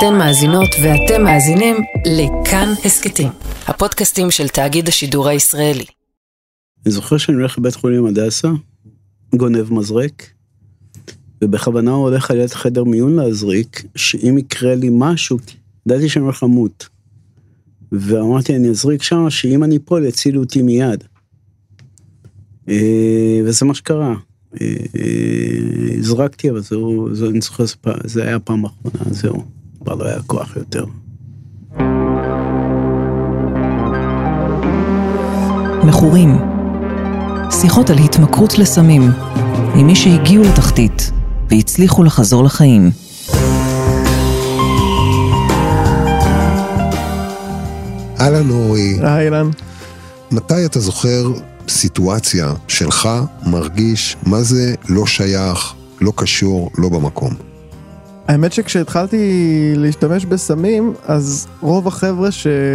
אתן מאזינות ואתם מאזינים לכאן הסקטים, הפודקאסטים של תאגיד השידור הישראלי. אני זוכר שאני הולך לבית חולים הדסה, גונב מזרק, ובכוונה הוא הולך על יד חדר מיון להזריק, שאם יקרה לי משהו, ידעתי שאני הולך למות. ואמרתי, אני אזריק שם, שאם אני פה, יצילו אותי מיד. וזה מה שקרה. הזרקתי, אבל אני זוכר, זה היה הפעם האחרונה, זהו. כבר לא היה כוח יותר. מכורים. שיחות על התמכרות לסמים, עם מי שהגיעו לתחתית והצליחו לחזור לחיים. אהלן אורי. אהלן. מתי אתה זוכר סיטואציה שלך מרגיש מה זה לא שייך, לא קשור, לא במקום? האמת שכשהתחלתי להשתמש בסמים, אז רוב החבר'ה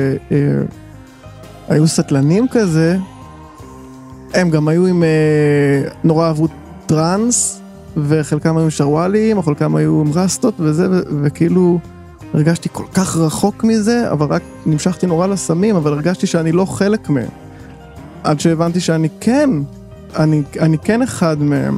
שהיו סטלנים כזה, הם גם היו עם נורא אהבו טרנס, וחלקם היו עם שרוואלים, או חלקם היו עם רסטות וזה, וכאילו הרגשתי כל כך רחוק מזה, אבל רק נמשכתי נורא לסמים, אבל הרגשתי שאני לא חלק מהם. עד שהבנתי שאני כן, אני כן אחד מהם,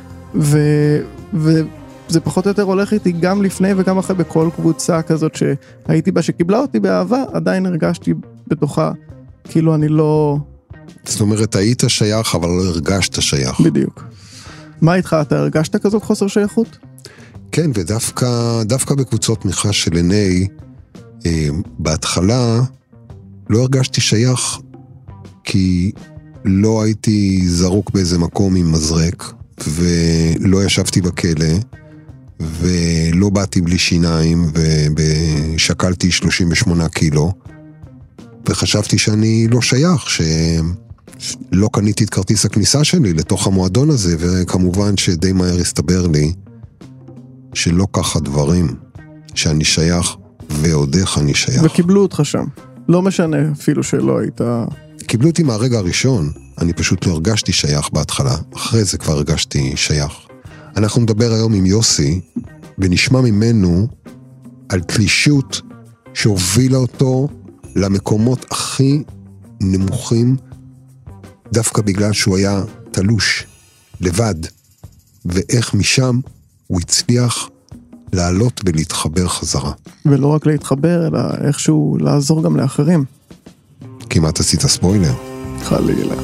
וזה פחות או יותר הולך איתי גם לפני וגם אחרי בכל קבוצה כזאת שהייתי בה, שקיבלה אותי באהבה, עדיין הרגשתי בתוכה, כאילו אני לא... זאת אומרת, היית שייך, אבל לא הרגשת שייך. בדיוק. מה איתך? אתה הרגשת כזאת חוסר שייכות? כן, ודווקא בקבוצות תמיכה של עיני, בהתחלה לא הרגשתי שייך, כי לא הייתי זרוק באיזה מקום עם מזרק, ולא ישבתי בכלא, ולא באתי בלי שיניים, ושקלתי 38 קילו, וחשבתי שאני לא שייך, שלא קניתי את כרטיס הכניסה שלי לתוך המועדון הזה, וכמובן שדי מהר הסתבר לי, שלא ככה דברים, שאני שייך, ועוד איך אני שייך. וקיבלו אותך שם. לא משנה אפילו שלא היית... קיבלו אותי מהרגע הראשון, אני פשוט לא הרגשתי שייך בהתחלה, אחרי זה כבר הרגשתי שייך. אנחנו נדבר היום עם יוסי, ונשמע ממנו על תלישות שהובילה אותו למקומות הכי נמוכים, דווקא בגלל שהוא היה תלוש, לבד, ואיך משם הוא הצליח לעלות ולהתחבר חזרה. ולא רק להתחבר, אלא איכשהו לעזור גם לאחרים. כמעט עשית ספוילר. חלילה.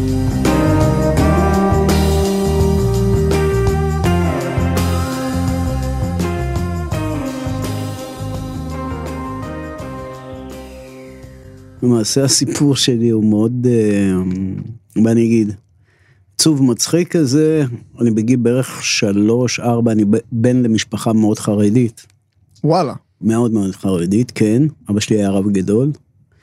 למעשה הסיפור שלי הוא מאוד, מה אני אגיד, עצוב מצחיק כזה, אני בגיל בערך 3-4, אני בן למשפחה מאוד חרדית. וואלה. מאוד מאוד חרדית, כן. אבא שלי היה רב גדול.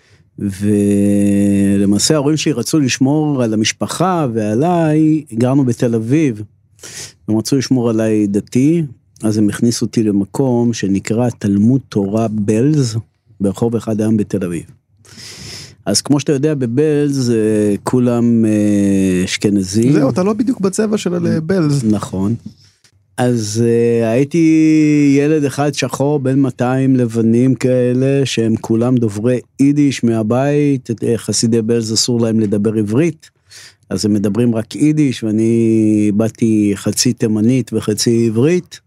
ולמעשה ההורים שלי רצו לשמור על המשפחה ועליי, גרנו בתל אביב, הם רצו לשמור עליי דתי, אז הם הכניסו אותי למקום שנקרא תלמוד תורה בלז, ברחוב אחד היום בתל אביב. אז כמו שאתה יודע, בבלז כולם אשכנזים. זהו, אתה לא בדיוק בצבע של בלז. נכון. אז הייתי ילד אחד שחור בין 200 לבנים כאלה, שהם כולם דוברי יידיש מהבית, חסידי בלז אסור להם לדבר עברית, אז הם מדברים רק יידיש, ואני באתי חצי תימנית וחצי עברית,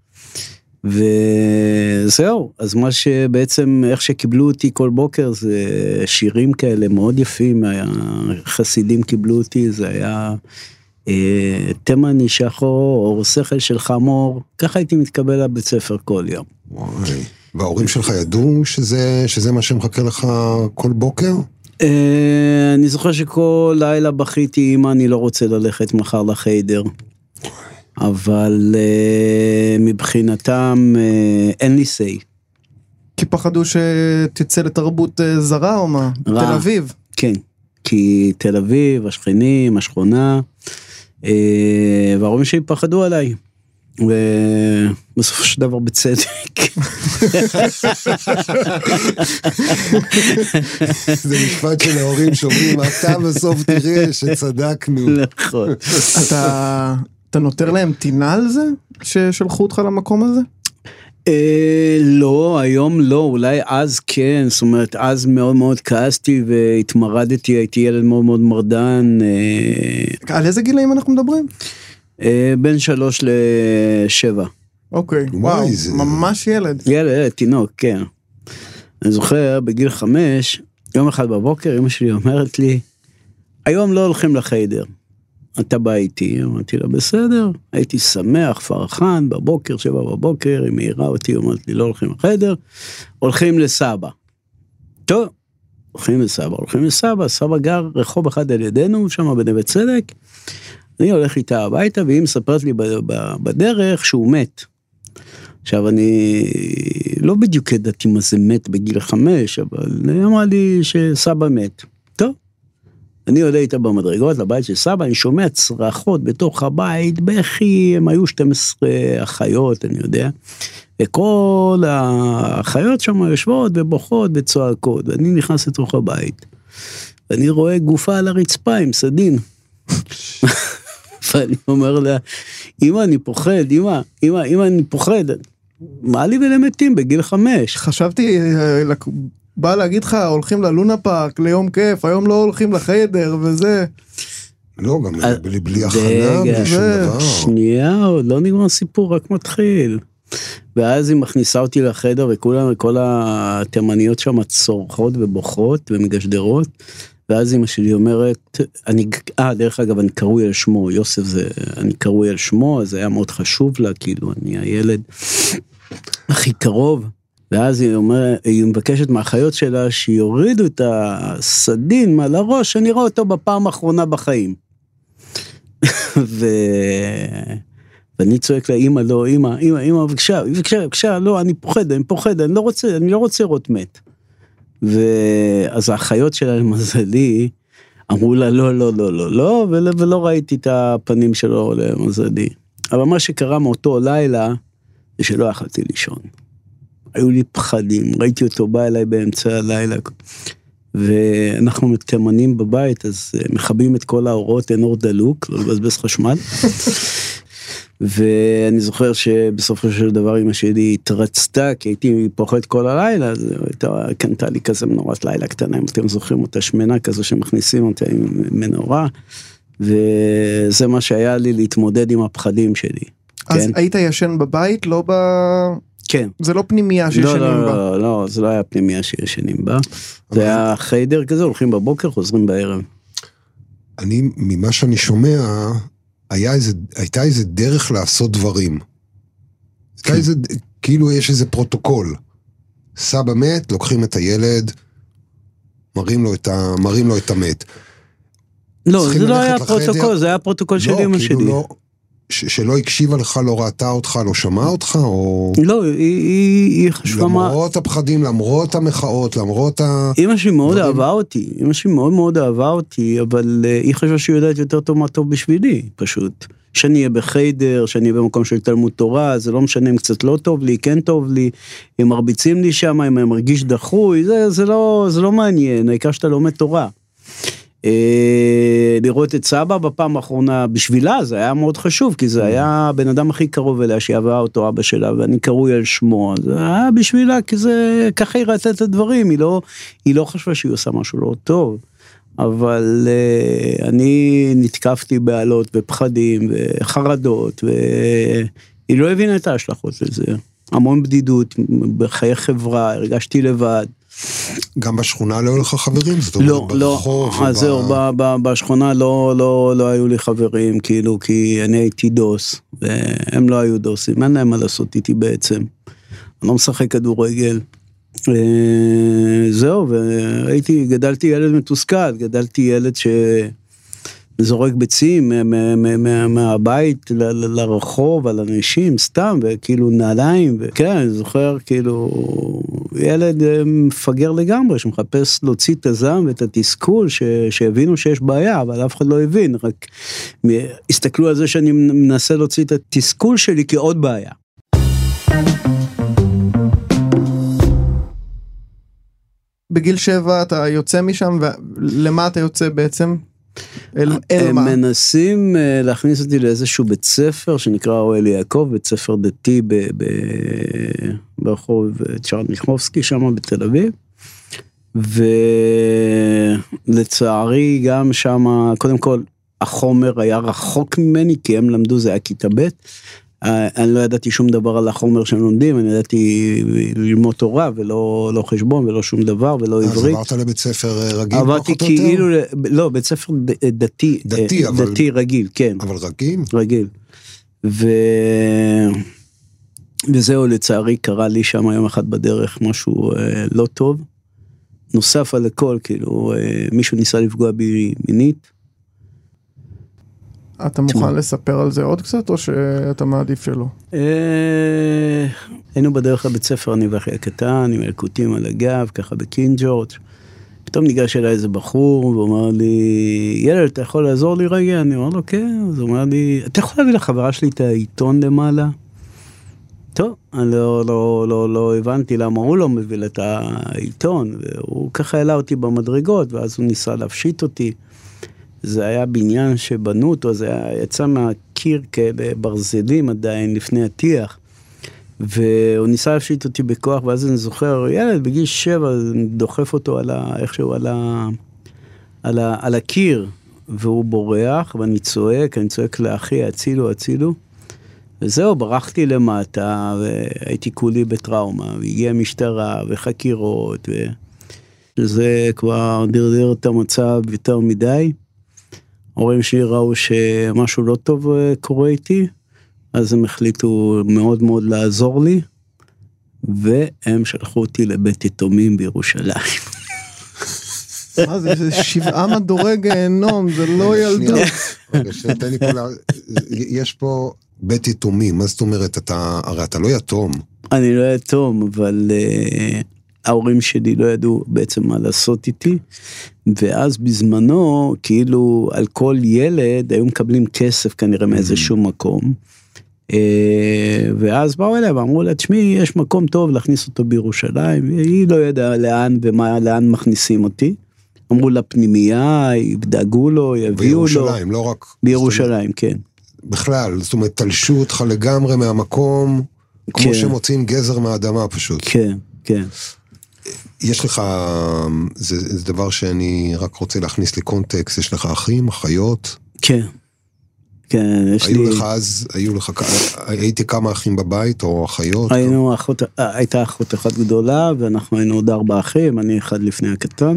וזהו, אז מה שבעצם, איך שקיבלו אותי כל בוקר, זה שירים כאלה מאוד יפים, חסידים קיבלו אותי, זה היה... תימני שחור, אור שכל של חמור, ככה הייתי מתקבל לבית ספר כל יום. וואי, וההורים שלך ידעו שזה מה שמחכה לך כל בוקר? אני זוכר שכל לילה בכיתי, אמא, אני לא רוצה ללכת מחר לחיידר. אבל מבחינתם אין לי סי. כי פחדו שתצא לתרבות זרה או מה? תל אביב. כן, כי תל אביב, השכנים, השכונה, וההורים שלי פחדו עליי, ובסופו של דבר בצדק. זה משפט של ההורים שאומרים, אתה בסוף תראה שצדקנו. נכון. אתה נותר להם טינה על זה, ששלחו אותך למקום הזה? לא, היום לא, אולי אז כן, זאת אומרת, אז מאוד מאוד כעסתי והתמרדתי, הייתי ילד מאוד מאוד מרדן. על איזה גילאים אנחנו מדברים? בין 3 ל-7. אוקיי, וואו, ממש ילד. ילד, תינוק, כן. אני זוכר, בגיל 5, יום אחד בבוקר, אמא שלי אומרת לי, היום לא הולכים לחיידר. אתה בא איתי, אמרתי לה, בסדר, הייתי שמח, פרחן, בבוקר, 7 בבוקר, היא מהירה אותי, אמרתי לי, לא הולכים לחדר, הולכים לסבא. טוב, הולכים לסבא, סבא גר רחוב אחד על ידינו, שם בנווה צדק, אני הולך איתה הביתה, והיא מספרת לי בדרך שהוא מת. עכשיו, אני לא בדיוק ידעתי מה זה מת בגיל 5, אבל היא אמרה לי שסבא מת. טוב. אני עולה איתה במדרגות לבית של סבא, אני שומע צרחות בתוך הבית, בכי, הם היו 12 אחיות, אני יודע, וכל האחיות שם יושבות ובוכות וצועקות, ואני נכנס לתוך הבית, ואני רואה גופה על הרצפה עם סדין, ואני אומר לה, אמא, אני פוחד, אמא, אני פוחד, מה לי ולמתים בגיל 5? חשבתי, בא להגיד לך, הולכים ללונה פארק, ליום כיף, היום לא הולכים לחדר וזה. לא, גם בלי הכנה, בלי שום דבר. שנייה, עוד לא נגמר סיפור, רק מתחיל. ואז היא מכניסה אותי לחדר, וכל התימניות שם צורחות ובוכות ומגשדרות, ואז אמא שלי אומרת, דרך אגב, אני קרוי על שמו, יוסף זה, אני קרוי על שמו, אז זה היה מאוד חשוב לה, כאילו, אני הילד הכי קרוב, ואז היא מבקשת מהאחיות שלה, שיורידו את הסדין מעל הראש, שאני רואה אותו בפעם האחרונה בחיים. ואני צועק לה, אמא, לא, אמא, בבקשה, לא, אני פוחד, אני לא רוצה לראות מת. ואז האחיות שלה, למזלי, אמרו לה, לא, ולא ראיתי את הפנים שלו למזלי. אבל מה שקרה מאותו לילה, זה שלא יכלתי לישון. היו לי פחדים, ראיתי אותו בא אליי באמצע הלילה, ואנחנו מתמנים בבית, אז מחבים את כל האורות, אין אור דלוק, לא לבזבז חשמל, ואני זוכר שבסופו של דבר אמא שלי התרצתה, כי הייתי פוחד כל הלילה, אז קנתה לי כזה מנורת לילה קטנה, אם אתם זוכרים אותה שמנה כזו שמכניסים אותה עם מנורה, וזה מה שהיה לי להתמודד עם הפחדים שלי. אז היית ישן בבית, לא ב... כן. זה לא פנימיה שישנים בה. לא, זה לא היה פנימיה שישנים בה. זה היה חיידר כזה, הולכים בבוקר, חוזרים בערב. אני, ממה שאני שומע, הייתה איזה דרך לעשות דברים. כאילו יש איזה פרוטוקול. סבא מת, לוקחים את הילד, מראים לו את המת. לא, זה לא היה פרוטוקול, זה היה פרוטוקול של אמא שלי. שלא הקשיבה לך, לא ראתה אותך, לא שמעה אותך, או... לא, היא חשבה מה... למרות הפחדים, למרות המחאות, למרות ה... אמא שלי מאוד אהבה אותי, אמא שלי מאוד מאוד אהבה אותי, אבל היא חשבה שהיא יודעת יותר טוב מה טוב בשבילי, פשוט. שאני אהיה בחיידר, שאני אהיה במקום של תלמוד תורה, זה לא משנה אם קצת לא טוב לי, כן טוב לי, הם מרביצים לי שם, אם אני מרגיש דחוי, זה לא מעניין, העיקר שאתה לומד תורה. לראות את סבא בפעם האחרונה בשבילה, זה היה מאוד חשוב, כי זה היה הבן אדם הכי קרוב אליה, שיעבה אותו אבא שלה, ואני קרוי על שמו, זה היה בשבילה, כי זה ככה היא ראתה את הדברים, היא לא חשבה שהיא עושה משהו לא טוב, אבל אני נתקפתי בעלות ופחדים וחרדות, והיא לא הבינה את ההשלכות לזה, המון בדידות, בחיי חברה, הרגשתי לבד, גם בשכונה לא היו לך חברים? לא, אז זהו, בשכונה לא היו לי חברים, כאילו, כי אני הייתי דוס, והם לא היו דוסים, אין להם מה לעשות איתי בעצם, אני לא משחק כדורגל, זהו, גדלתי ילד מתוסכל, גדלתי ילד שזורק ביצים מהבית לרחוב, על אנשים, סתם, וכאילו נעליים, וכן, אני זוכר, כאילו, ילד מפגר לגמרי, שמחפש להוציא את הזעם ואת התסכול, שהבינו שיש בעיה, אבל אף אחד לא הבין, רק הסתכלו על זה שאני מנסה להוציא את התסכול שלי כעוד בעיה. בגיל 7 אתה יוצא משם, ולמה אתה יוצא בעצם? הם מנסים להכניס אותי לאיזשהו בית ספר, שנקרא אוהל יעקב, בית ספר דתי ברחוב צ'רניחובסקי, שם בתל אביב, ולצערי גם שם, קודם כל, החומר היה רחוק ממני, כי הם למדו, זה היה כיתה ב', אני לא ידעתי שום דבר על החומר שהם לומדים, אני ידעתי ללמוד תורה, ולא חשבון, ולא שום דבר, ולא עברית. אז עברת לבית ספר רגיל? עברתי כאילו, לא, בית ספר דתי. דתי רגיל, כן. אבל רגיל? רגיל. וזהו, לצערי, קרה לי שם יום אחד בדרך, משהו לא טוב. נוסף על הכל, כאילו, מישהו ניסה לפגוע בי מינית. אתה מוכן לספר על זה עוד קצת, או שאתה מעדיף שלא? היינו בדרך לבית ספר, אני ואחי הקטן, עם אלקוטים על הגב, ככה בקינג ג'ורג'. פתאום ניגש אליי איזה בחור, ואומר לי, ילד, אתה יכול לעזור לי רגע? אני אומר לו, כן. אז הוא אומר לי, אתה יכול להביא לחברה שלי את העיתון למעלה? טוב, אני לא הבנתי למה הוא לא מביא את העיתון, והוא ככה העלה אותי במדרגות, ואז הוא ניסה להפשיט אותי. זה היה בניין שבנו אותו, זה יצא מהקיר כאלה ברזלים עדיין לפני הטיח, והוא ניסה להפשיט אותי בכוח, ואז אני זוכר, ילד בגיל 7, דוחף אותו איכשהו על הקיר, והוא בורח, ואני צועק לאחי, הצילו, וזהו, ברחתי למטה, והייתי כולי בטראומה, והגיעה משטרה וחקירות, וזה כבר דרדר את המצב יותר מדי. ההורים שלי ראו שמשהו לא טוב קורה איתי, אז הם החליטו מאוד מאוד לעזור לי, והם שלחו אותי לבית יתומים בירושלים. מה זה 7 מדורי גיהנום, זה לא ילדות. יש פה בית יתומים, מה זאת אומרת, הרי אתה לא יתום. אני לא יתום, אבל ההורים שלי לא ידעו בעצם מה לעשות איתי, ואז בזמנו, כאילו על כל ילד, היו מקבלים כסף כנראה מאיזשהו מקום, ואז באו אליה ואמרו לה, תשמעי, יש מקום טוב להכניס אותו בירושלים, והיא לא ידעה לאן מכניסים אותי, אמרו לה פנימייה, ידאגו לו, יביאו לו. בירושלים, לא רק... בירושלים, כן. בכלל, זאת אומרת, תלשו אותך לגמרי מהמקום, כמו שמוצאים גזר מהאדמה פשוט. כן, כן. יש לך, זה דבר שאני רק רוצה להכניס לקונטקסט, יש לך אחים, אחיות? כן. כן, יש לי... הייתי כמה אחים בבית, או אחיות? הייתה אחות אחת גדולה, ואנחנו היינו עוד 4 אחים, אני אחד לפני הקטן.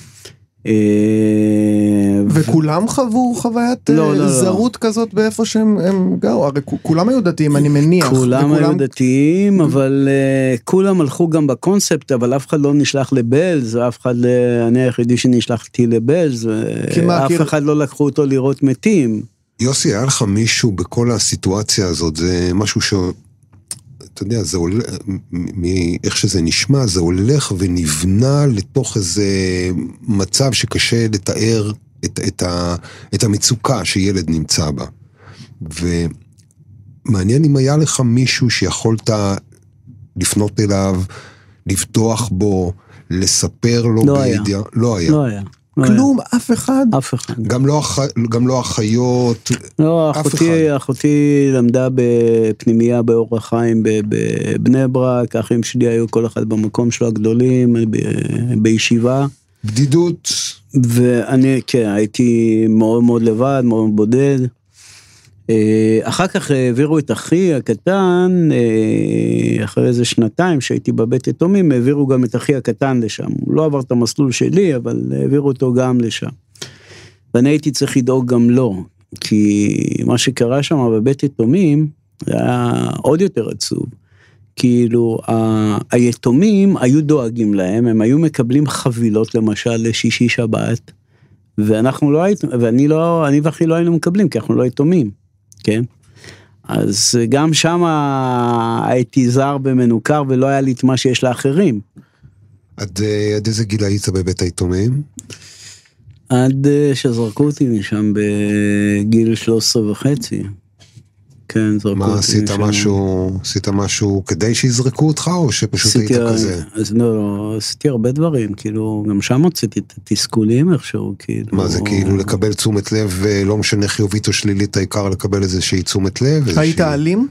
וכולם חוו חוויית זרות כזאת באיפה שהם גרו, הרי כולם היו דתיים, אני מניח. כולם היו דתיים, אבל כולם הלכו גם בקונספט, אבל אף אחד לא נשלח לבלז, אני היחידי שנשלחתי לבלז, אף אחד לא לקחו אותו לראות מתים. יוסי, היה לך מישהו בכל הסיטואציה הזאת, זה משהו ש... אתה יודע, זה הולך, מאיך שזה נשמע, זה הולך ונבנה לתוך איזה מצב שקשה לתאר את המצוקה שילד נמצא בה. ומעניין אם היה לך מישהו שיכולת לפנות אליו, לפתוח בו, לספר לו בידיעה. לא היה. לא היה. כלום, אף אחד? אף אחד. גם לא אחיות? לא, אחותי למדה בפנימייה באור החיים בבני ברק, האחים שלי היו כל אחד במקום שלו הגדולים, בישיבה. בדידות? ואני, כן, הייתי מאוד מאוד לבד, מאוד בודד. אחר כך העבירו את אחי הקטן, אחרי איזה 2 שהייתי בבית יתומים, העבירו גם את אחי הקטן לשם. הוא לא עבר את המסלול שלי, אבל העבירו אותו גם לשם. ואני הייתי צריך לדאוג גם לו, כי מה שקרה שם בבית יתומים, היה עוד יותר עצוב. כאילו, היתומים היו דואגים להם, הם היו מקבלים חבילות למשל לשישי שבת, ואנחנו לא היינו, אני ואחי לא היינו מקבלים, כי אנחנו לא יתומים. כן? אז גם שם הייתי זר במנוכר, ולא היה לי את מה שיש לאחרים. עד איזה גיל היית בבית היתומים? עד שזרקו אותי משם בגיל 13.5. כן, זרקו אותי. מה, עשית משהו כדי שיזרקו אותך, או שפשוט היית כזה? אז לא, עשיתי הרבה דברים, כאילו, גם שם הוצאתי את התסכולים איכשהו, כאילו. מה, זה כאילו לקבל תשומת לב, לא משנה חיובית או שלילית, העיקר לקבל איזושהי תשומת לב? היית אלים?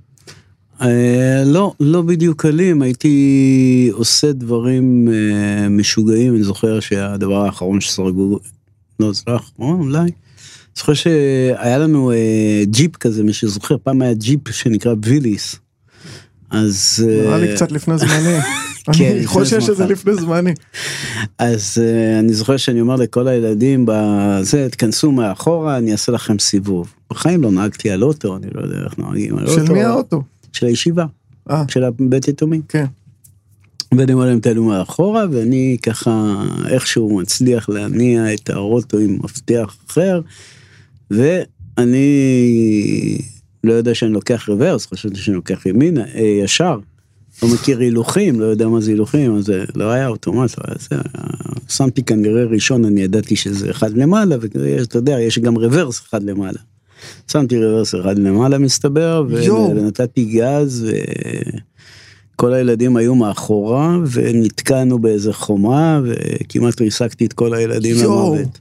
לא בדיוק אלים, הייתי עושה דברים משוגעים, אני זוכר שהדבר האחרון שסרגו, לא, זה לא האחרון, אולי. אני זוכר שהיה לנו ג'יפ כזה, מי שזוכר, פעם היה ג'יפ שנקרא ויליס. אז... נראה לי קצת לפני זמני. אני חושב שזה לפני זמני. אז אני זוכר שאני אומר לכל הילדים, תכנסו מאחורה, אני אעשה לכם סיבוב. בחיים לא נהגתי על אוטו, אני לא יודע איך נוהגים על אוטו. של מי האוטו? של הישיבה, של הבית יתומים. כן. ואני אומר להם תעלו מאחורה, ואני ככה איכשהו מצליח להניע את האוטו עם מפתח אחר, ואני לא יודע שאני לוקח רוורס, חשבתי שאני לוקח ימינה, ישר, לא מכיר הילוכים, לא יודע מה זה הילוכים, אז זה לא היה אוטומט, שמתי כנראה ראשון, אני ידעתי שזה אחד למעלה, ואתה יודע, יש גם רוורס אחד למעלה. שמתי רוורס אחד למעלה מסתבר, ונתתי גז, וכל הילדים היו מאחורה, ונתקענו באיזה חומה, וכמעט ריסקתי את כל הילדים למוות.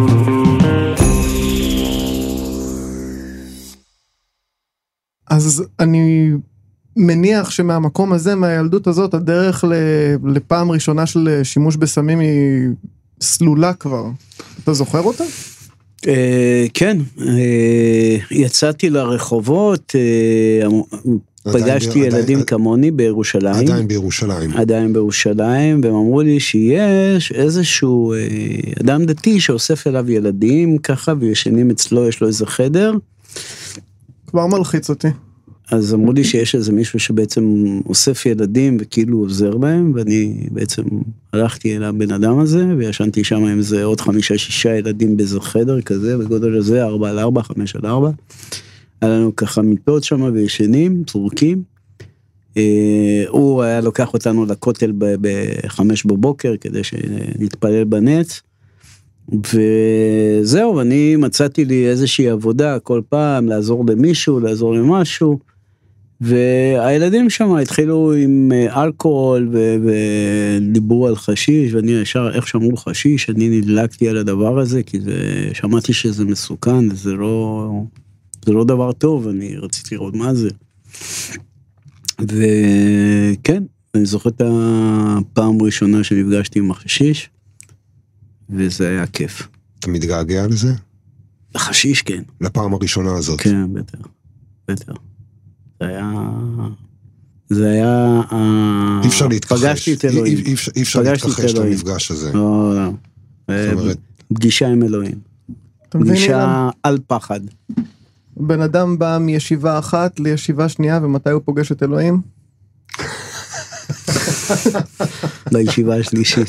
אז אני מניח שמהמקום הזה, מהילדות הזאת, הדרך לפעם ראשונה של שימוש בסמים היא סלולה כבר. אתה זוכר אותה? כן, יצאתי לרחובות, פגשתי ילדים כמוני בירושלים. עדיין בירושלים, והם אמרו לי שיש איזשהו אדם דתי שאוסף אליו ילדים ככה, וישנים אצלו, יש לו איזה חדר. כבר מלחיץ אותי. אז אמרו לי שיש איזה מישהו שבעצם אוסף ילדים וכאילו עוזר בהם, ואני בעצם הלכתי אל הבן אדם הזה, וישנתי שם עם זה עוד 5-6 ילדים באיזה חדר כזה, בגודל הזה 4x4, 5x4. היה לנו ככה מיטות שם וישנים, צורקים. הוא היה לוקח אותנו לכותל ב5 בבוקר, כדי שנתפלל בנץ. וזהו, אני מצאתי לי איזושהי עבודה כל פעם, לעזור למישהו, לעזור למשהו, והילדים שם התחילו עם אלכוהול ודיברו על חשיש, ואני ישר, איך שאמרו חשיש, אני נדלקתי על הדבר הזה, כי שמעתי שזה מסוכן, זה לא דבר טוב, אני רציתי לראות מה זה. וכן, אני זוכר את הפעם הראשונה שנפגשתי עם החשיש, וזה היה כיף. אתה מתגעגע לזה? חשיש, כן. לפעם הראשונה הזאת. כן, בטח. זה היה... אי אפשר להתכחש. פגשתי את אלוהים. אי אפשר להתכחש למפגש הזה. לא. פגישה עם אלוהים. פגישה על פחד. בן אדם בא מישיבה אחת לישיבה שנייה, ומתי הוא פוגש את אלוהים? בישיבה השלישית.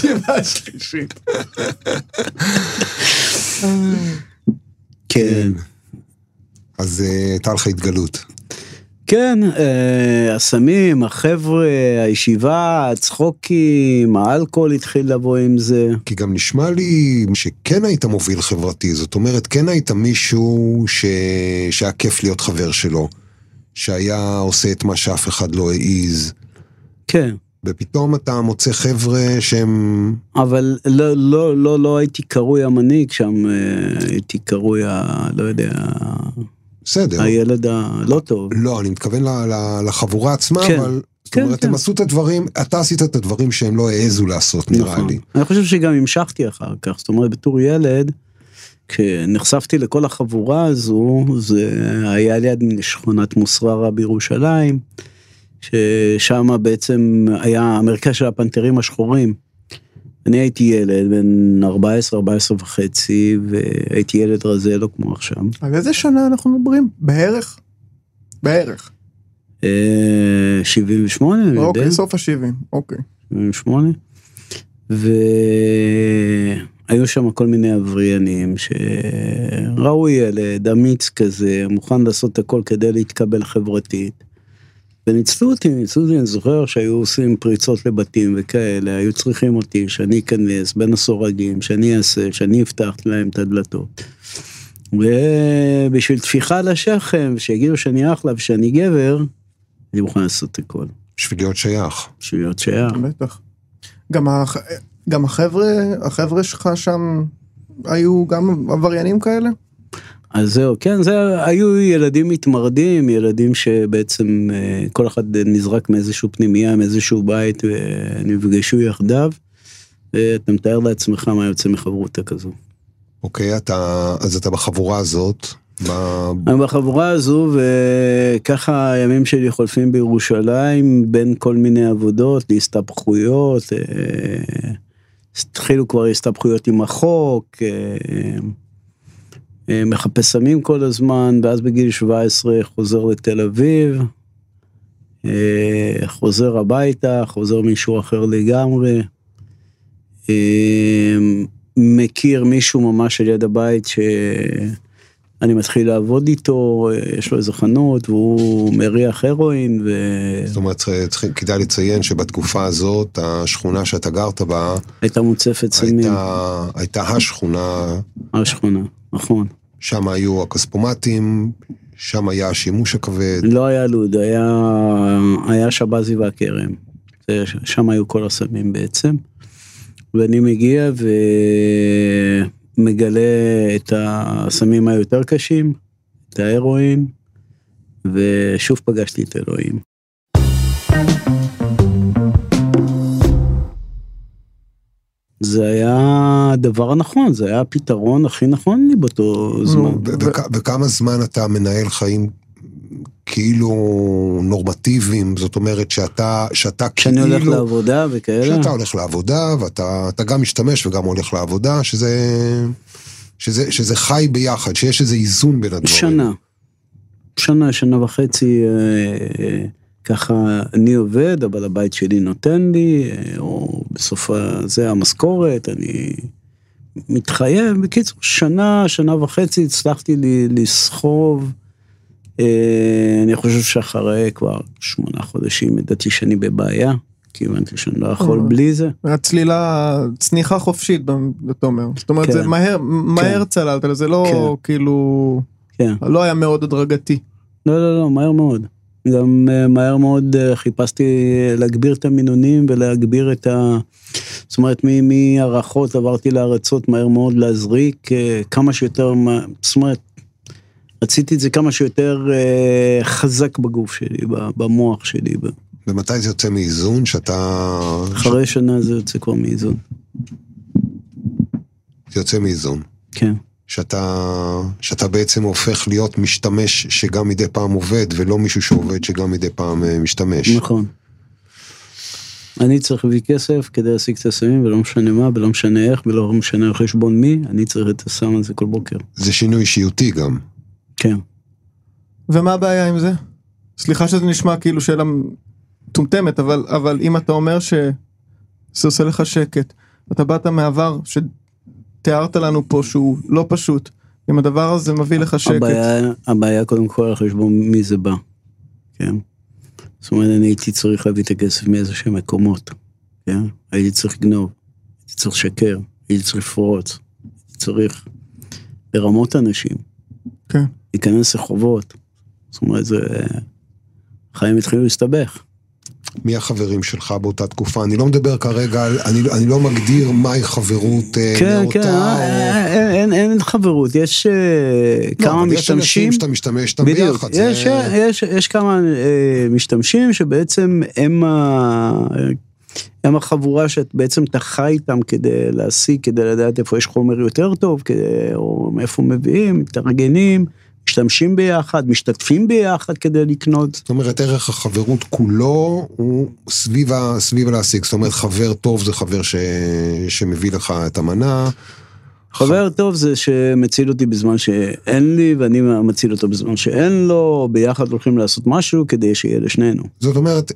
כן. אז הייתה לך התגלות. כן, הסמים, החבר'ה, הישיבה, הצחוקים, האלכוהול התחיל לבוא עם זה. כי גם נשמע לי שכן היית מוביל חברתי, זאת אומרת, כן היית מישהו שהיה כיף להיות חבר שלו, שהיה עושה את מה שאף אחד לא העיז. כן. ופתאום אתה מוצא חבר'ה שהם... אבל לא הייתי קרוי המנהיג שם, הייתי קרוי, לא יודע... בסדר. הילד הלא טוב. לא, אני מתכוון לחבורה עצמה, כן. אבל... זאת אומרת, הם עשו את הדברים, אתה עשית את הדברים שהם לא העזו לעשות, נראה לי. אני חושב שגם המשכתי אחר כך, זאת אומרת, בתור ילד, כשנחשפתי לכל החבורה הזו, זה היה ליד שכונת מוסררה בירושלים, ששם בעצם היה המרכז של הפנתרים השחורים. אני הייתי ילד בן 14 וחצי, והייתי ילד רזה, לא כמו עכשיו. על איזה שנה אנחנו מדברים? בערך? 78, אני יודע. אוקיי, סוף ה-70, אוקיי. 78. והיו שם כל מיני עבריינים שראו ילד, אמיץ כזה, מוכן לעשות הכל כדי להתקבל חברתית. וניצלו אותי, אני זוכר שהיו עושים פריצות לבתים וכאלה, היו צריכים אותי שאני אכנס בין הסורגים, שאני אעשה, שאני אפתח להם את הדלתות. ובשביל תפיחה לשכם, שיגידו שאני אחלה ושאני גבר, אני מוכן לעשות הכל. בשביל להיות שייך. בשביל להיות שייך. בטח. גם החבר'ה שלך שם היו גם עבריינים כאלה? אז זהו, כן, היו ילדים מתמרדים, ילדים שבעצם כל אחד נזרק מאיזשהו פנימייה, מאיזשהו בית, ונפגשו יחדיו, ואתה מתאר לעצמך מה יוצא מחברותה כזו. אוקיי, אז אתה בחבורה הזאת, אני בחבורה הזו, וככה הימים שלי חולפים בירושלים, בין כל מיני עבודות, להסתבכויות, התחילו כבר הסתבכויות עם החוק, מחפש סמים כל הזמן, ואז בגיל 17 חוזר לתל אביב, חוזר הביתה, חוזר מישהו אחר לגמרי, מכיר מישהו ממש על יד הבית שאני מתחיל לעבוד איתו, יש לו איזה חנות, והוא מריח הרואין. זאת אומרת, כדאי לציין שבתקופה הזאת, השכונה שאתה גרת בה, הייתה מוצפת סמים. הייתה השכונה. השכונה, נכון. שם היו הכספומטים, שם היה השימוש הכבד. לא היה לוד, היה שבזי והכרם. שם היו כל הסמים בעצם. ואני מגיע ומגלה את הסמים היותר קשים, את ההרואין, ושוב פגשתי את אלוהים. זה היה הדבר הנכון, זה היה הפתרון הכי נכון לי באותו זמן. וכמה זמן אתה מנהל חיים כאילו נורמטיביים, זאת אומרת שאתה כשאני כאילו... הולך לעבודה וכאלה. שאתה הולך לעבודה, ואתה גם משתמש וגם הולך לעבודה, שזה חי ביחד, שיש איזה איזון בין הדברים. שנה וחצי, ככה אני עובד, אבל הבית שלי נותן לי, או בסוף זה המשכורת, אני מתחייב. בקיצור, שנה וחצי הצלחתי לסחוב, אני חושב שאחרי כבר 8 חודשים, ידעתי שאני בבעיה, כי הבנתי שאני לא יכול בלי זה. צניחה חופשית, אתה אומר. זאת אומרת, זה מהר צללת, זה לא כאילו, לא היה מאוד הדרגתי. לא, מהר מאוד. גם מהר מאוד חיפשתי להגביר את המינונים ולהגביר את זאת אומרת, מהערכות עברתי לארצות מהר מאוד להזריק כמה שיותר, זאת אומרת, רציתי את זה כמה שיותר חזק בגוף שלי, במוח שלי. ומתי זה יוצא מאיזון שאתה... אחרי שנה זה יוצא כבר מאיזון. זה יוצא מאיזון. כן. שאתה בעצם הופך להיות משתמש שגם מדי פעם עובד, ולא מישהו שעובד שגם מדי פעם משתמש. נכון. אני צריך להביא כסף כדי להשיג את הסמים, ולא משנה מה, ולא משנה איך, ולא משנה על חשבון מי, אני צריך את הסם הזה כל בוקר. זה שינוי אישיותי גם. כן. ומה הבעיה עם זה? סליחה שזה נשמע כאילו שאלה טומטמת, אבל אם אתה אומר שזה עושה לך שקט, אתה באת מעבר שתיארת לנו פה שהוא לא פשוט, אם הדבר הזה מביא לך שקט. הבעיה קודם כל על חשבון מי זה בא. כן. זאת אומרת, אני הייתי צריך להביא את הכסף מאיזשהם מקומות. כן. הייתי צריך לגנוב, הייתי צריך לשקר, הייתי צריך לפרוץ, הייתי צריך לרמות אנשים. כן. להיכנס לחובות. זאת אומרת, חיים התחילו להסתבך. מי החברים שלך באותה תקופה? אני לא מדבר כרגע, אני לא מגדיר מהי חברות נאותה. כן, אין חברות, יש כמה משתמשים. יש אנשים שאתה משתמש איתם ביחד. יש כמה משתמשים שבעצם הם החבורה שאת בעצם אתה חי איתם כדי להשיג, כדי לדעת איפה יש חומר יותר טוב, או מאיפה מביאים, מתארגנים, משתמשים ביחד, משתתפים ביחד כדי לקנות. זאת אומרת, ערך החברות כולו הוא סביב להשיג. זאת אומרת, חבר טוב זה חבר שמביא לך את המנה. חבר טוב זה שמציל אותי בזמן שאין לי, ואני מציל אותו בזמן שאין לו, ביחד הולכים לעשות משהו כדי שיהיה לשנינו. זאת אומרת,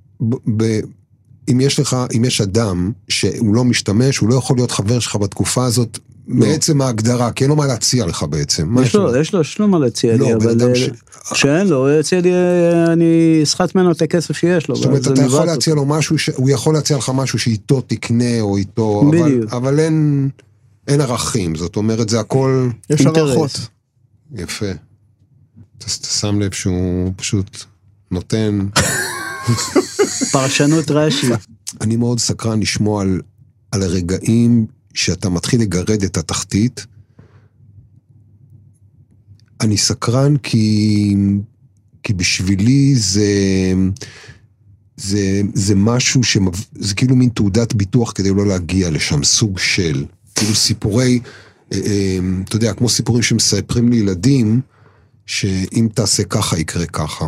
אם יש אדם שהוא לא משתמש, הוא לא יכול להיות חבר שלך בתקופה הזאת, בעצם ההגדרה, כי אין לו מה להציע לך בעצם. יש לו מה להציע לי, אבל שאין לו, הוא יציע לי, אני אסחט ממנו את הכסף שיש לו. זאת אומרת, אתה יכול להציע לו משהו, הוא יכול להציע לך משהו שאיתו תקנה או איתו, אבל אין ערכים, זאת אומרת, זה הכל... יש ערכות. יפה. אתה שם לב שהוא פשוט נותן... פרשנות רש"י. אני מאוד סקרן לשמוע על הרגעים שאתה מתחיל לגרד את התחתית. אני סקרן כי בשבילי זה משהו זה כאילו מין תעודת ביטוח כדי לא להגיע לשם, סוג של, כאילו סיפורי, אתה יודע, כמו סיפורים שמספרים לילדים, שאם תעשה ככה יקרה ככה.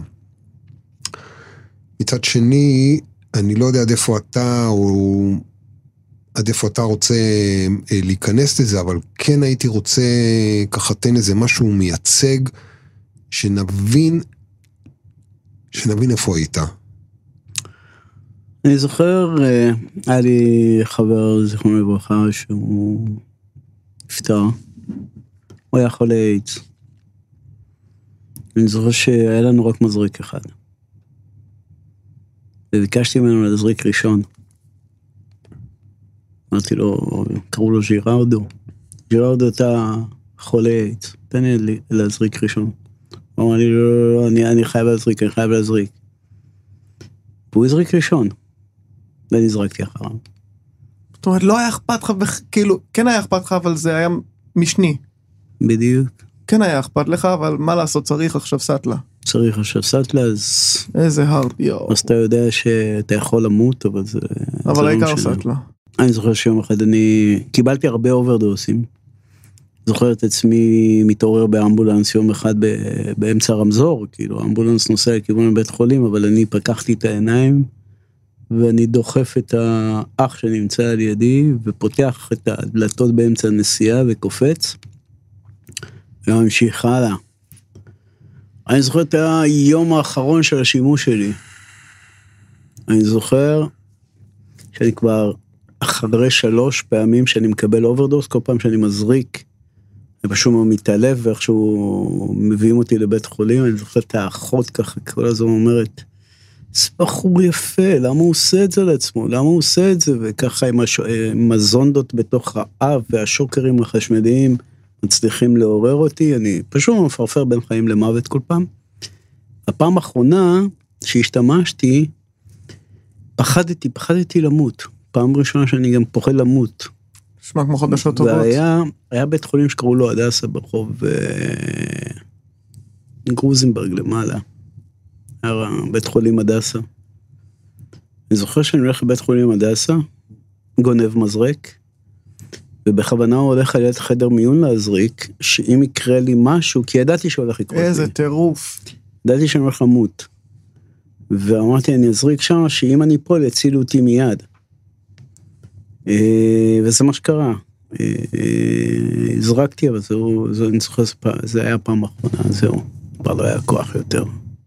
מצד שני, אני לא יודע עד איפה אתה, או עד איפה אתה רוצה להיכנס לזה, אבל כן הייתי רוצה ככה תן איזה משהו מייצג, שנבין איפה היית. אני זוכר, היה לי חבר זיכרונו לברכה שהוא נפטר, הוא היה חולה איידס. אני זוכר שהיה לנו רק מזריק אחד. וביקשתי ממנו להזריק ראשון. אמרתי לו, קראו לו ז'ירארדו. ז'ירארדו, אתה חולה איידס, תן לי להזריק ראשון. הוא אמר לי, לא, אני חייב להזריק. והוא הזריק ראשון. ואני זרקתי אחריו. זאת אומרת, לא היה אכפת לך, כאילו, כן היה אכפת לך, אבל זה היה משני. בדיוק. כן היה אכפת לך, אבל מה לעשות, צריך עכשיו סטלה. אז... איזה הרד, יואו. אז אתה יודע שאתה יכול למות, אבל זה... אבל העיקר סטלה. אני זוכר שיום אחד אני קיבלתי הרבה אוברדוסים. זוכר את עצמי מתעורר באמבולנס יום אחד באמצע הרמזור, כאילו האמבולנס נוסע לכיוון לבית חולים, אבל אני פקחתי את העיניים, ואני דוחף את האח שנמצא על ידי, ופותח את הדלתות באמצע הנסיעה וקופץ, וממשיך הלאה. אני זוכר את היום האחרון של השימוש שלי. אני זוכר שאני כבר אחרי 3 פעמים שאני מקבל אוברדוס, כל פעם שאני מזריק, אני פשוט מתעלב, ואיכשהו מביאים אותי לבית חולים, אני זוכר את האחות ככה, כל הזמן אומרת, זה בחור יפה, למה הוא עושה את זה לעצמו? למה הוא עושה את זה? וככה עם הזונדות בתוך האב, והשוקרים החשמליים מצליחים לעורר אותי, אני פשוט מפרפר בין חיים למוות כל פעם. הפעם האחרונה שהשתמשתי, פחדתי למות. פעם ראשונה שאני גם פוחד למות. נשמע כמו חדשות טובות. והיה בית חולים שקראו לו הדסה ברחוב גרוזנברג למעלה. היה בית חולים הדסה. אני זוכר שאני הולך לבית חולים הדסה, גונב מזרק, ובכוונה הוא הולך על יד חדר מיון להזריק, שאם יקרה לי משהו, כי ידעתי שהולך לקרות לי. איזה טירוף. ידעתי שאני הולך למות. ואמרתי, אני אזריק שם, שאם אני פה, יצילו אותי מיד. וזה מה שקרה. הזרקתי, אבל אני זוכר, זה היה הפעם האחרונה, זהו. כבר לא היה כוח יותר.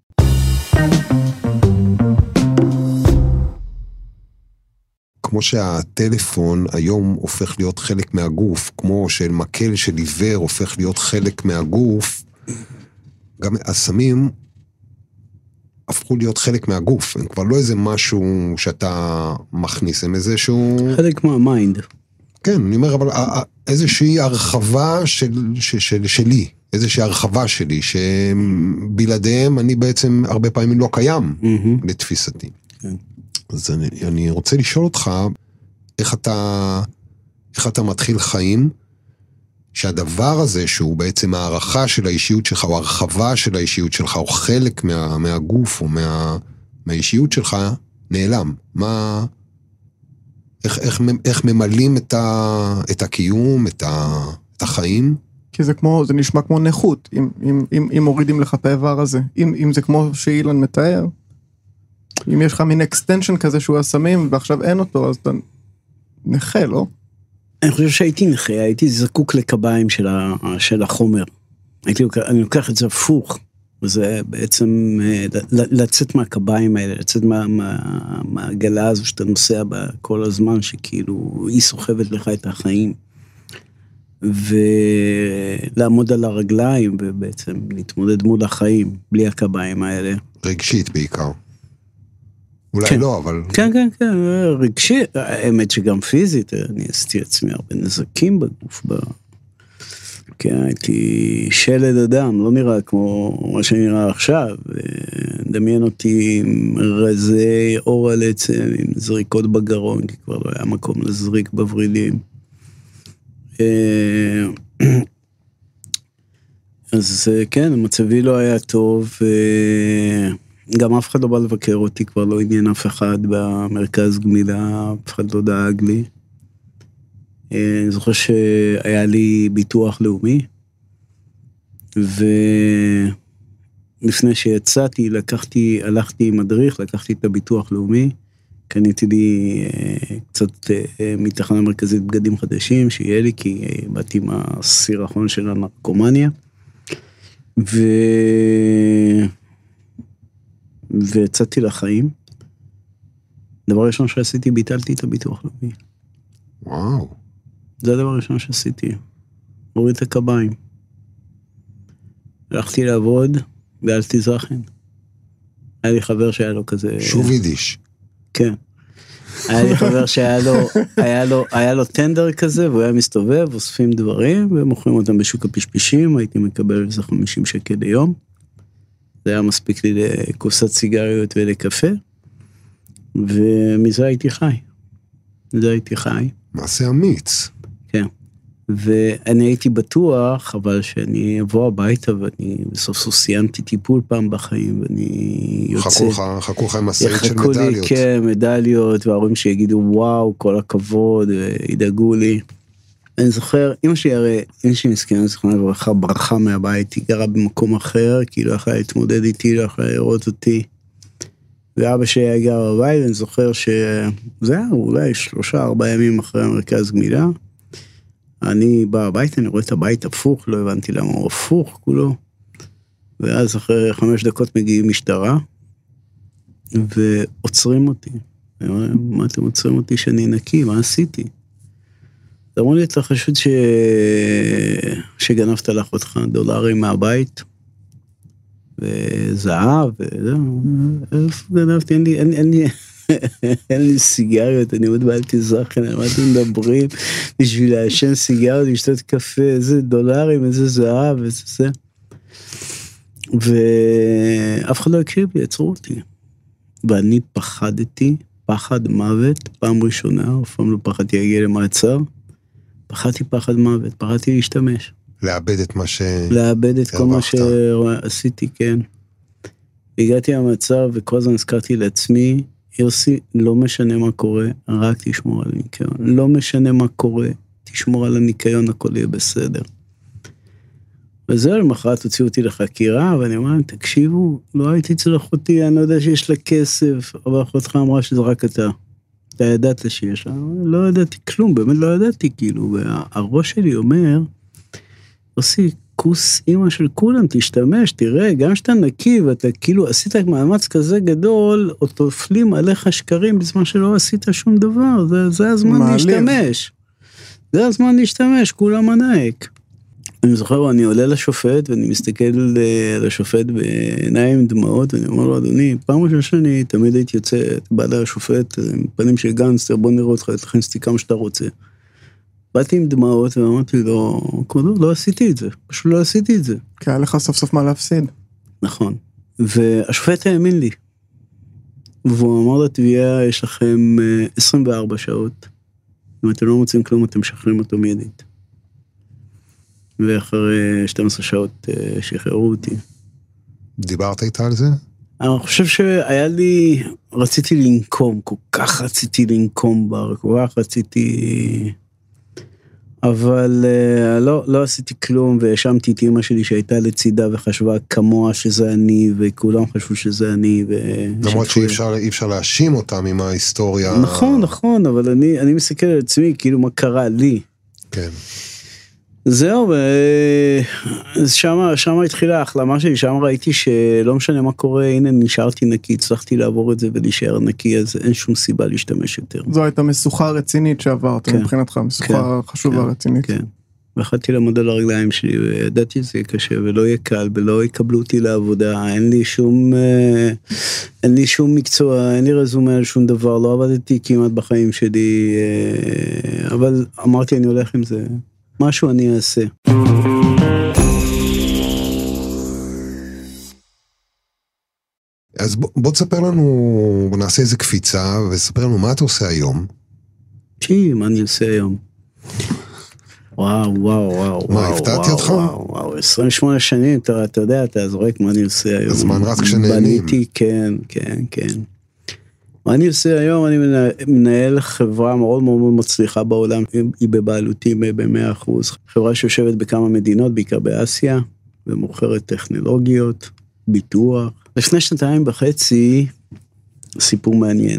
כמו שהטלפון היום הופך להיות חלק מהגוף, כמו שמקל של עיוור הופך להיות חלק מהגוף, גם הסמים הפכו להיות חלק מהגוף, הם כבר לא איזה משהו שאתה מכניס, הם איזה שהוא... חלק מהמיינד. כן, אני אומר, אבל איזושהי הרחבה שלי, איזושהי הרחבה שלי, שבלעדיהם אני בעצם הרבה פעמים לא קיים, לתפיסתי. כן. אז אני רוצה לשאול אותך, איך אתה מתחיל חיים, שהדבר הזה, שהוא בעצם הערכה של האישיות שלך, או הרחבה של האישיות שלך, או חלק מהגוף, או מהאישיות שלך, נעלם. איך ממלאים את הקיום, את החיים? כי זה נשמע כמו נכות, אם מורידים לך את האיבר הזה. אם זה כמו שאילן מתאר, אם יש לך מין אקסטנשן כזה שהוא הסמים, ועכשיו אין אותו, אז אתה נכה, לא? אני חושב שהייתי נכה, הייתי זקוק לקביים של החומר. אני לוקח את זה הפוך, וזה בעצם לצאת מהקביים האלה, לצאת מהגלה הזו שאתה נוסע בה כל הזמן, שכאילו היא סוחבת לך את החיים, ולעמוד על הרגליים, ובעצם להתמודד מול החיים, בלי הקביים האלה. רגשית בעיקר. אולי כן. לא, אבל... כן, רגשית, האמת שגם פיזית, אני עשיתי עצמי הרבה נזקים בגוף, כן, הייתי שלד אדם, לא נראה כמו מה שנראה עכשיו, דמיין אותי עם רזי אור על עצם, עם זריקות בגרון, כי כבר לא היה מקום לזריק בברידים. אז כן, המצבי לא היה טוב, גם אף אחד לא בא לבקר אותי, כבר לא עניין אף אחד במרכז גמילה, אף אחד לא דאג לי. אני זוכר שהיה לי ביטוח לאומי, ולפני שיצאתי, הלכתי עם מדריך, לקחתי את הביטוח לאומי, קניתי לי קצת מתחנה מרכזית בגדים חדשים, שיהיה לי, כי באתי עם הסירחון של הנרקומניה, ויצאתי לחיים. דבר ראשון שעשיתי, ביטלתי את הביטוח לאומי. וואו. זה הדבר הראשון שעשיתי. הוריד את הקביים. הלכתי לעבוד באלטזרחן. היה לי חבר שהיה לו כזה... שוב יידיש. כן. היה לי חבר היה לו טנדר כזה, והוא היה מסתובב, אוספים דברים, ומוכרים אותם בשוק הפשפשים, הייתי מקבל איזה 50 שקל ליום. זה היה מספיק לי לקופסת סיגריות ולקפה, ומזה הייתי חי. מעשה אמיץ. כן. ואני הייתי בטוח, אבל שאני אבוא הביתה, ואני בסוף סוף סיימתי טיפול פעם בחיים, ואני יוצא... חכו לך עם מסעית של מדליות. כן, מדליות, וההורים שיגידו, וואו, כל הכבוד, וידאגו לי. אני זוכר, אמא שלי מסכנה, זכרונה לברכה, ברחה מהבית, היא גרה במקום אחר, כי לא יכולה להתמודד איתי, לא יכולה לראות אותי. ואבא שלי היה גר בבית, ואני זוכר שזה היה אולי 3-4 ימים אחרי המרכז גמילה. אני בא הביתה, אני רואה את הבית הפוך, לא הבנתי למה הוא הפוך כולו. ואז אחרי 5 דקות מגיעים משטרה, ועוצרים אותי. אני אומר, מה אתם עוצרים אותי שאני נקי? מה עשיתי? אמרו לי, אתה חשוד שגנבת לך אותך $1 מהבית, וזהב, איפה גנבתי? אין לי סיגריות, אני עוד באלתי זכן, על מה אתם מדברים, בשביל לעשן סיגריות, לשתות קפה, איזה $, איזה זהב, איזה זה. ואף אחד לא הקשיב לי, עצרו אותי. ואני פחדתי, פחד מוות, פעם ראשונה, אף פעם לא פחדתי להגיע למעצר, פחדתי פחד מוות, פחדתי להשתמש. לאבד את מה ש... לאבד את כל מה שעשיתי, כן. הגעתי למצב וכל הזמן הזכרתי לעצמי, יוסי, לא משנה מה קורה, רק תשמור על הניקיון. לא משנה מה קורה, תשמור על הניקיון, הכל יהיה בסדר. וזהו, למחרת הוציאו אותי לחקירה, ואני אומר, תקשיבו, לא הייתי אצל אחותי, אני לא יודע שיש לה כסף, אבל אחותך אמרה שזה רק אתה. אתה ידעת שיש לה, לא ידעתי כלום, באמת לא ידעתי, כאילו, והראש שלי אומר, עושה כוס אימא של כולם, תשתמש, תראה, גם שאתה נקי, ואתה כאילו עשית מאמץ כזה גדול, או תופלים עליך שקרים, בזמן שלא עשית שום דבר, זה הזמן להשתמש. זה הזמן להשתמש, כולם מנהיק. אני זוכר, אני עולה לשופט, ואני מסתכל על השופט בעיניים עם דמעות, ואני אומר לו, אדוני, פעם ראשונה שאני תמיד הייתי יוצא, בא לשופט, עם פנים של גנגסטר, בוא נראה אותך, תכניס אותי כמה שאתה רוצה. באתי עם דמעות, ואמרתי לו, לא עשיתי את זה, פשוט לא עשיתי את זה. כי היה לך סוף סוף מה להפסיד. נכון. והשופט האמין לי. והוא אמר לתביעה, יש לכם 24 שעות. אם אתם לא מוצאים כלום, אתם משחררים אותו מיידית. ואחרי 12 שעות שחררו אותי. דיברת איתה על זה? אני חושב שהיה לי, רציתי לנקום, כל כך רציתי לנקום בר, כל כך רציתי... אבל לא עשיתי כלום, והאשמתי את אמא שלי שהייתה לצידה וחשבה כמוה שזה אני, וכולם חשבו שזה אני. למרות שאי אפשר להאשים אותם עם ההיסטוריה. נכון, אבל אני מסתכל על עצמי, כאילו מה קרה לי. כן. זהו, שם התחילה ההחלמה שלי, שם ראיתי שלא משנה מה קורה, הנה נשארתי נקי, הצלחתי לעבור את זה ולהישאר נקי, אז אין שום סיבה להשתמש יותר. זו הייתה משוכה רצינית שעברת, מבחינתך, משוכה חשובה רצינית. כן, ואחדתי לעמוד על הרגליים שלי, וידעתי שזה יהיה קשה, ולא יהיה קל, ולא יקבלו אותי לעבודה, אין לי שום מקצוע, אין לי רזומה על שום דבר, לא עבדתי כמעט בחיים שלי, אבל אמרתי, אני הולך עם זה. משהו אני אעשה. אז בוא תספר לנו, בוא נעשה איזה קפיצה, וספר לנו מה אתה עושה היום. מה אני עושה היום? וואו. מה, הפתעתי אותך? וואו, 28 שנים, אתה יודע, אתה זורק מה אני עושה היום. הזמן רץ כשנהנים. בניתי, כן. מה אני עושה היום? אני מנהל חברה מאוד מאוד מצליחה בעולם, היא בבעלותי ב100%. חברה שיושבת בכמה מדינות, בעיקר באסיה, ומוכרת טכנולוגיות, ביטוח. לפני 2.5 שנים, סיפור מעניין.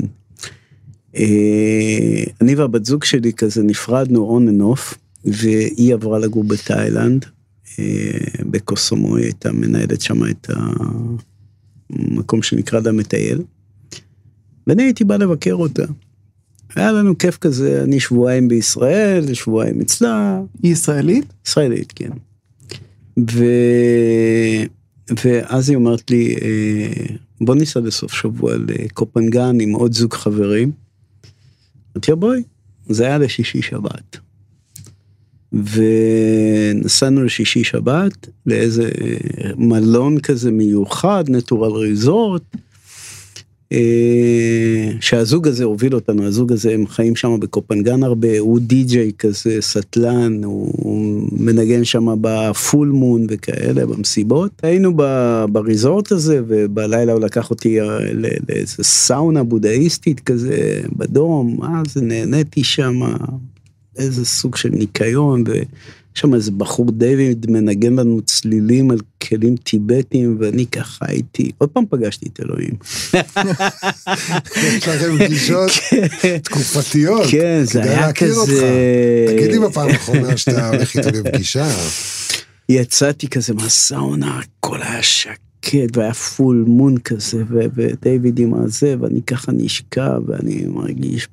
אני והבת זוג שלי כזה נפרדנו on and off, והיא עברה לגור בתאילנד, בקוסומוי, היא הייתה מנהלת שם את המקום שנקרא לה מטייל, ואני הייתי בא לבקר אותה. היה לנו כיף כזה, אני שבועיים בישראל, שבועיים אצלה. היא ישראלית? ישראלית, כן. ואז היא אומרת לי, בוא ניסע לסוף שבוע לקופנגן עם עוד זוג חברים. אמרתי, בואי, זה היה לשישי שבת. ונסענו לשישי שבת, לאיזה מלון כזה מיוחד, נטורל ריזורט, שהזוג הזה הוביל אותנו, הזוג הזה הם חיים שם בקופנגן הרבה, הוא די-ג'יי כזה, סטלן, הוא מנגן שם בפול מון וכאלה, במסיבות. היינו בריזורט הזה, ובלילה הוא לקח אותי לאיזה סאונה בודהיסטית כזה, בדרום, אז נהניתי שם, איזה סוג של ניקיון, ושם איזה בחור דיוויד מנגן לנו צלילים על כלים טיבטיים, ואני ככה הייתי, עוד פעם פגשתי את אלוהים. יש לכם פגישות תקופתיות. כן, זה היה כזה. תגיד לי בפעם האחרונה שאתה הולך איתו לפגישה. יצאתי כזה מהסאונה, הכל היה שקט, והיה פול מון כזה, ודיוויד עם הזה, ואני ככה נשקע, ואני מרגיש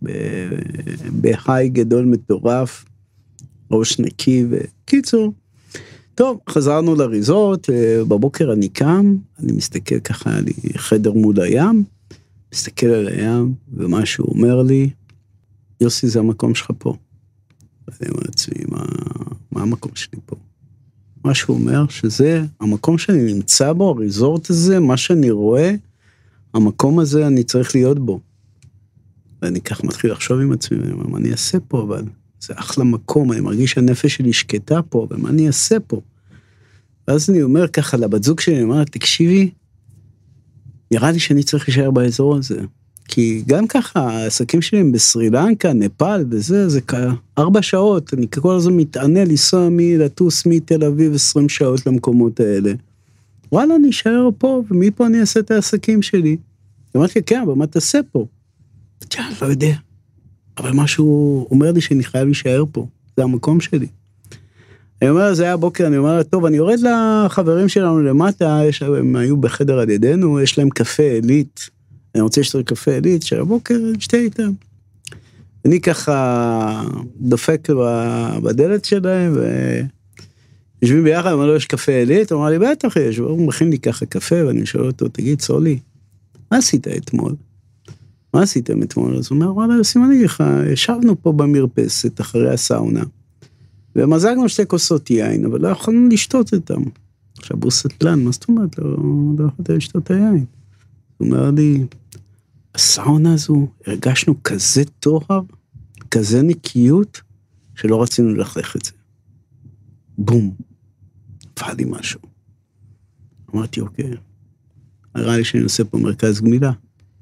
בהיי גדול מטורף, ראש נקי, וקיצור. טוב, חזרנו לריזורט, בבוקר אני קם, אני מסתכל ככה, היה לי חדר מול הים, מסתכל על הים, ומה שהוא אומר לי, יוסי, זה המקום שלך פה. ואני אומר לעצמי, מה המקום שלי פה? מה שהוא אומר, שזה המקום שאני נמצא בו, הריזורט הזה, מה שאני רואה, המקום הזה אני צריך להיות בו. ואני ככה מתחיל לחשוב עם עצמי, ואני אומר, מה אני אעשה פה, אבל זה אחלה מקום, אני מרגיש שהנפש שלי שקטה פה, ומה אני אעשה פה? ואז אני אומר ככה לבת זוג שלי, אני אומר, תקשיבי, נראה לי שאני צריך להישאר באזור הזה. כי גם ככה, העסקים שלי הם בסרילנקה, נפל, וזה, זה 4 שעות, אני כל הזמן מתענה לנסוע לטוס מתל אביב 20 שעות למקומות האלה. וואלה, אני אשאר פה, ומפה אני אעשה את העסקים שלי. אמרתי לי, כן, אבל מה תעשה פה? אני לא יודע. אבל משהו אומר לי שאני חייב להישאר פה, זה המקום שלי. אני אומר, זה היה בוקר, אני אומר, טוב, אני יורד לחברים שלנו למטה, הם היו בחדר על ידינו, יש להם קפה עילית, אני רוצה לשתות קפה עילית, שהבוקר נשתה איתם. אני ככה דופק בדלת שלהם, ויושבים ביחד, אני אומר לו, יש קפה עילית? הוא אמר לי, בטח יש, הוא מכין לי ככה קפה, ואני שואל אותו, תגיד, סולי, מה עשית אתמול? מה עשיתם אתמול? אז הוא אומר, וואלה, יוסי, אני לך, ישבנו פה במרפסת אחרי הסאונה, ומזגנו 2 כוסות יין, אבל לא יכולנו לשתות איתם. עכשיו, הוא סטלן, מה זאת אומרת? לא יכולת לשתות את היין. הוא אומר לי, הסאונה הזו, הרגשנו כזה טוהר, כזה נקיות, שלא רצינו ללכלך את זה. בום. נפל לי משהו. אמרתי, אוקיי, נראה לי שאני עושה פה מרכז גמילה.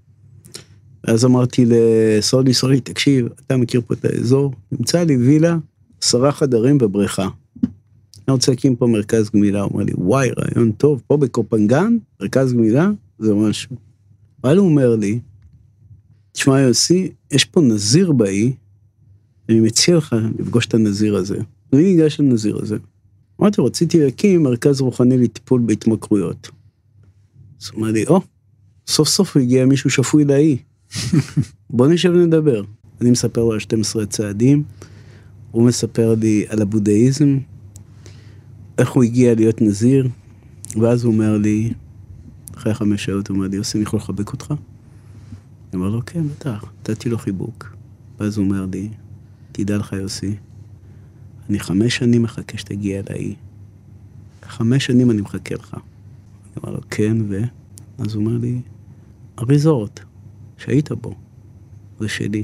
ואז אמרתי לסולי, תקשיב, אתה מכיר פה את האזור, נמצא לי וילה, 10 חדרים ובריכה. אני רוצה להקים פה מרכז גמילה, הוא אומר לי, וואי, רעיון טוב, פה בקופנגן, מרכז גמילה, זה משהו. אבל הוא אומר לי, תשמע יוסי, יש פה נזיר באי, אני מציע לך לפגוש את הנזיר הזה. אני ניגש לנזיר הזה. אמרתי, רציתי להקים מרכז רוחני לטיפול בהתמכרויות. אז הוא אומר לי, סוף סוף הגיע מישהו שפוי לאי. בוא נשב ונדבר. אני מספר לו על 12 צעדים, הוא מספר לי על הבודהיזם, איך הוא הגיע להיות נזיר, ואז הוא אומר לי, אחרי 5 שעות, הוא אומר לי, יוסי, אני יכול לחבק אותך? אני אומר לו, כן, בטח, נתתי לו חיבוק. ואז הוא אומר לי, תדע לך יוסי, אני 5 שנים מחכה שתגיע אליי. 5 שנים אני מחכה לך. אני אומר לו, כן, אז הוא אומר לי, הריזורט שהיית בו, זה שלי.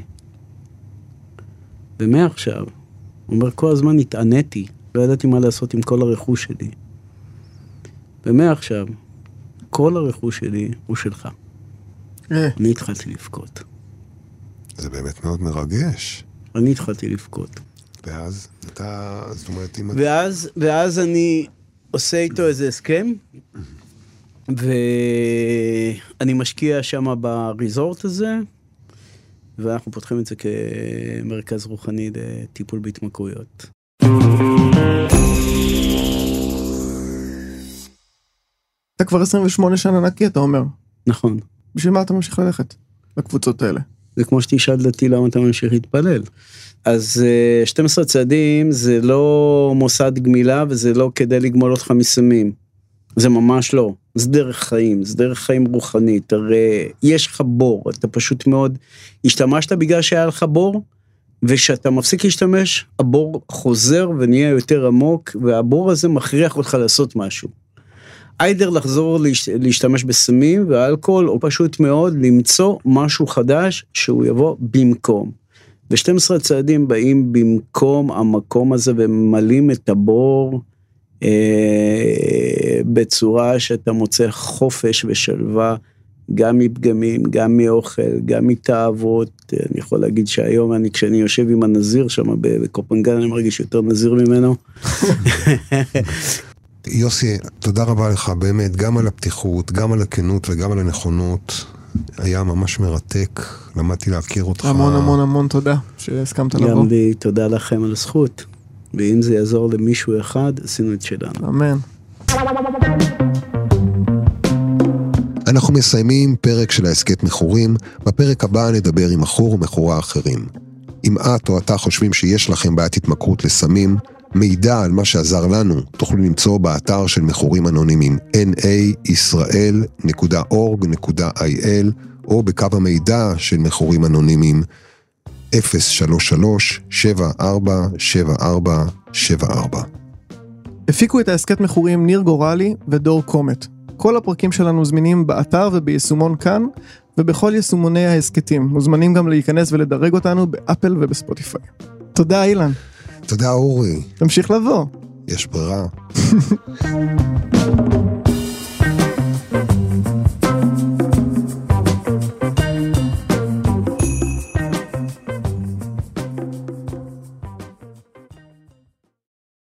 ומעכשיו, הוא אומר, כל הזמן התעניתי, לא ידעתי מה לעשות עם כל הרכוש שלי. ומעכשיו, כל הרכוש שלי הוא שלך. אני התחלתי לבכות. זה באמת מאוד מרגש. אני התחלתי לבכות. ואז אתה, זאת אומרת, אם... ואז אני עושה איתו איזה הסכם, ואני משקיע שם בריזורט הזה, ואנחנו פותחים את זה כמרכז רוחני לטיפול בהתמכרויות. אתה כבר 28 שנה נקי, אתה אומר. נכון. בשביל מה אתה ממשיך ללכת לקבוצות האלה? זה כמו שתשאל אותי למה אתה ממשיך להתפלל. אז 12 צעדים זה לא מוסד גמילה, וזה לא כדי לגמול אותך מסמים. זה ממש לא. זה דרך חיים, זה דרך חיים רוחנית. הרי יש לך בור, אתה פשוט מאוד השתמשת בגלל שהיה לך בור, ושאתה מפסיק להשתמש, הבור חוזר ונהיה יותר עמוק, והבור הזה מכריח אותך לעשות משהו. איידר לחזור להשתמש בסמים ואלכוהול, או פשוט מאוד למצוא משהו חדש שהוא יבוא במקום. ו12 צעדים באים במקום המקום הזה, וממלאים את הבור בצורה שאתה מוצא חופש ושלווה, גם מפגמים, גם מאוכל, גם מתאוות. אני יכול להגיד שהיום כשאני יושב עם הנזיר שם בקופנגן, אני מרגיש יותר נזיר ממנו. יוסי, תודה רבה לך באמת, גם על הפתיחות, גם על הכנות וגם על הנכונות. היה ממש מרתק, למדתי להכיר אותך. המון המון המון תודה שהסכמת לבוא. גם לי, תודה לכם על הזכות. ואם זה יעזור למישהו אחד, עשינו את שלנו. אמן. אנחנו מסיימים פרק של העסקת מכורים. בפרק הבא נדבר עם מכור ומכורה אחרים. אם את או אתה חושבים שיש לכם בעיית התמכרות לסמים, מידע על מה שעזר לנו תוכלו למצוא באתר של מכורים אנונימיים naisrael.org.il או בקו המידע של מכורים אנונימיים 033-747474. הפיקו את העסקת מכורים ניר גורלי ודור קומט. כל הפרקים שלנו זמינים באתר וביישומון כאן ובכל יישומוני העסקתים. מוזמנים גם להיכנס ולדרג אותנו באפל ובספוטיפיי. תודה אילן. תודה אורי. תמשיך לבוא. יש ברירה.